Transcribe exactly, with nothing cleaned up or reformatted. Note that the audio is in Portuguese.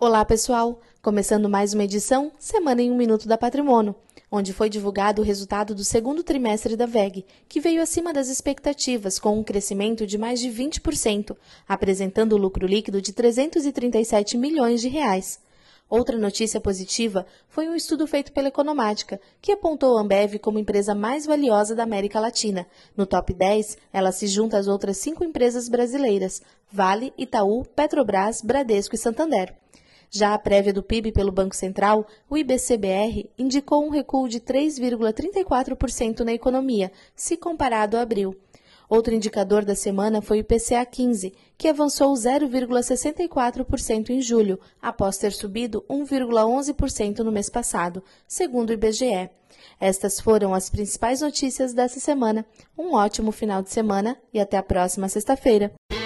Olá, pessoal! Começando mais uma edição Semana em um Minuto da Patrimônio, onde foi divulgado o resultado do segundo trimestre da W E G, que veio acima das expectativas, com um crescimento de mais de vinte por cento, apresentando lucro líquido de trezentos e trinta e sete milhões de reais. Outra notícia positiva foi um estudo feito pela Economática, que apontou a Ambev como empresa mais valiosa da América Latina. No top dez, ela se junta às outras cinco empresas brasileiras: Vale, Itaú, Petrobras, Bradesco e Santander. Já a prévia do P I B pelo Banco Central, o I B C B R, indicou um recuo de três vírgula trinta e quatro por cento na economia, se comparado a abril. Outro indicador da semana foi o I P C A quinze, que avançou zero vírgula sessenta e quatro por cento em julho, após ter subido um vírgula onze por cento no mês passado, segundo o I B G E. Estas foram as principais notícias dessa semana. Um ótimo final de semana e até a próxima sexta-feira.